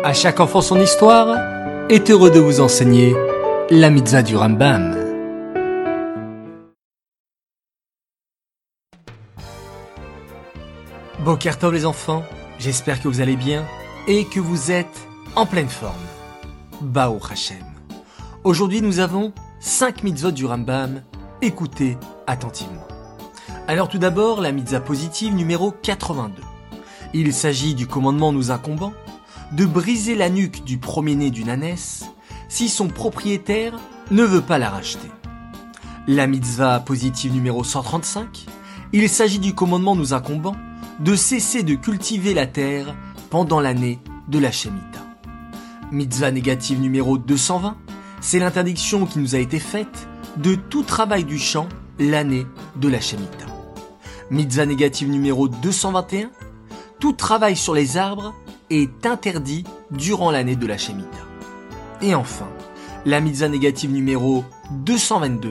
À chaque enfant son histoire est heureux de vous enseigner la mitzvah du Rambam. Boker Tov les enfants, j'espère que vous allez bien et que vous êtes en pleine forme. Baruch Hashem. Aujourd'hui nous avons 5 mitzvot du Rambam, écoutez attentivement. Alors tout d'abord la mitzvah positive numéro 82. Il s'agit du commandement nous incombant de briser la nuque du premier-né d'une ânesse si son propriétaire ne veut pas la racheter. La mitzvah positive numéro 135, il s'agit du commandement nous incombant de cesser de cultiver la terre pendant l'année de la Shemitah. Mitzvah négative numéro 220, c'est l'interdiction qui nous a été faite de tout travail du champ l'année de la Shemitah. Mitzvah négative numéro 221, tout travail sur les arbres est interdit durant l'année de la Shemitah. Et enfin, la mitzvah négative numéro 222,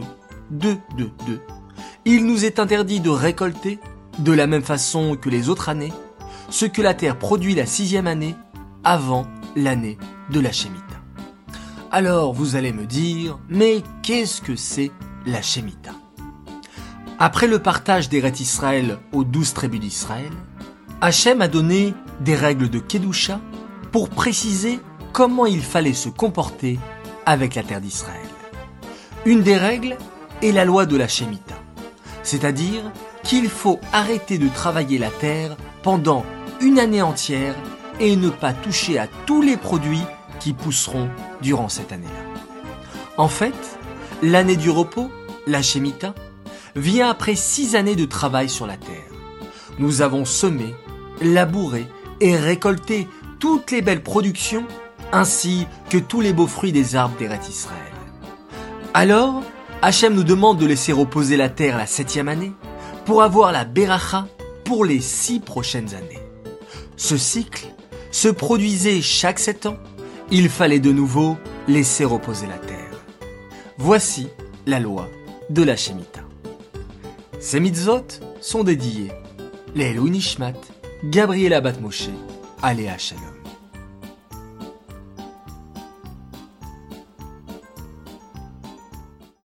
il nous est interdit de récolter, de la même façon que les autres années, ce que la terre produit la 6e année avant l'année de la Shemitah. Alors vous allez me dire, mais qu'est-ce que c'est la Shemitah ? Après le partage d'Eretz Israël aux 12 tribus d'Israël, Hachem a donné des règles de Kedusha pour préciser comment il fallait se comporter avec la terre d'Israël. Une des règles est la loi de la Shemitah, c'est-à-dire qu'il faut arrêter de travailler la terre pendant une année entière et ne pas toucher à tous les produits qui pousseront durant cette année-là. En fait, l'année du repos, la Shemitah, vient après 6 années de travail sur la terre. Nous avons semé, labouré et récolté toutes les belles productions ainsi que tous les beaux fruits des arbres d'Eretz Israël. Alors, Hachem nous demande de laisser reposer la terre la 7e année pour avoir la Beracha pour les 6 prochaines années. Ce cycle se produisait chaque 7 ans. Il fallait de nouveau laisser reposer la terre. Voici la loi de la Shemitah. Ces mitzvot sont dédiés Leilou Nishmat, Gabriela Bat Moshe, Aléa Shalom.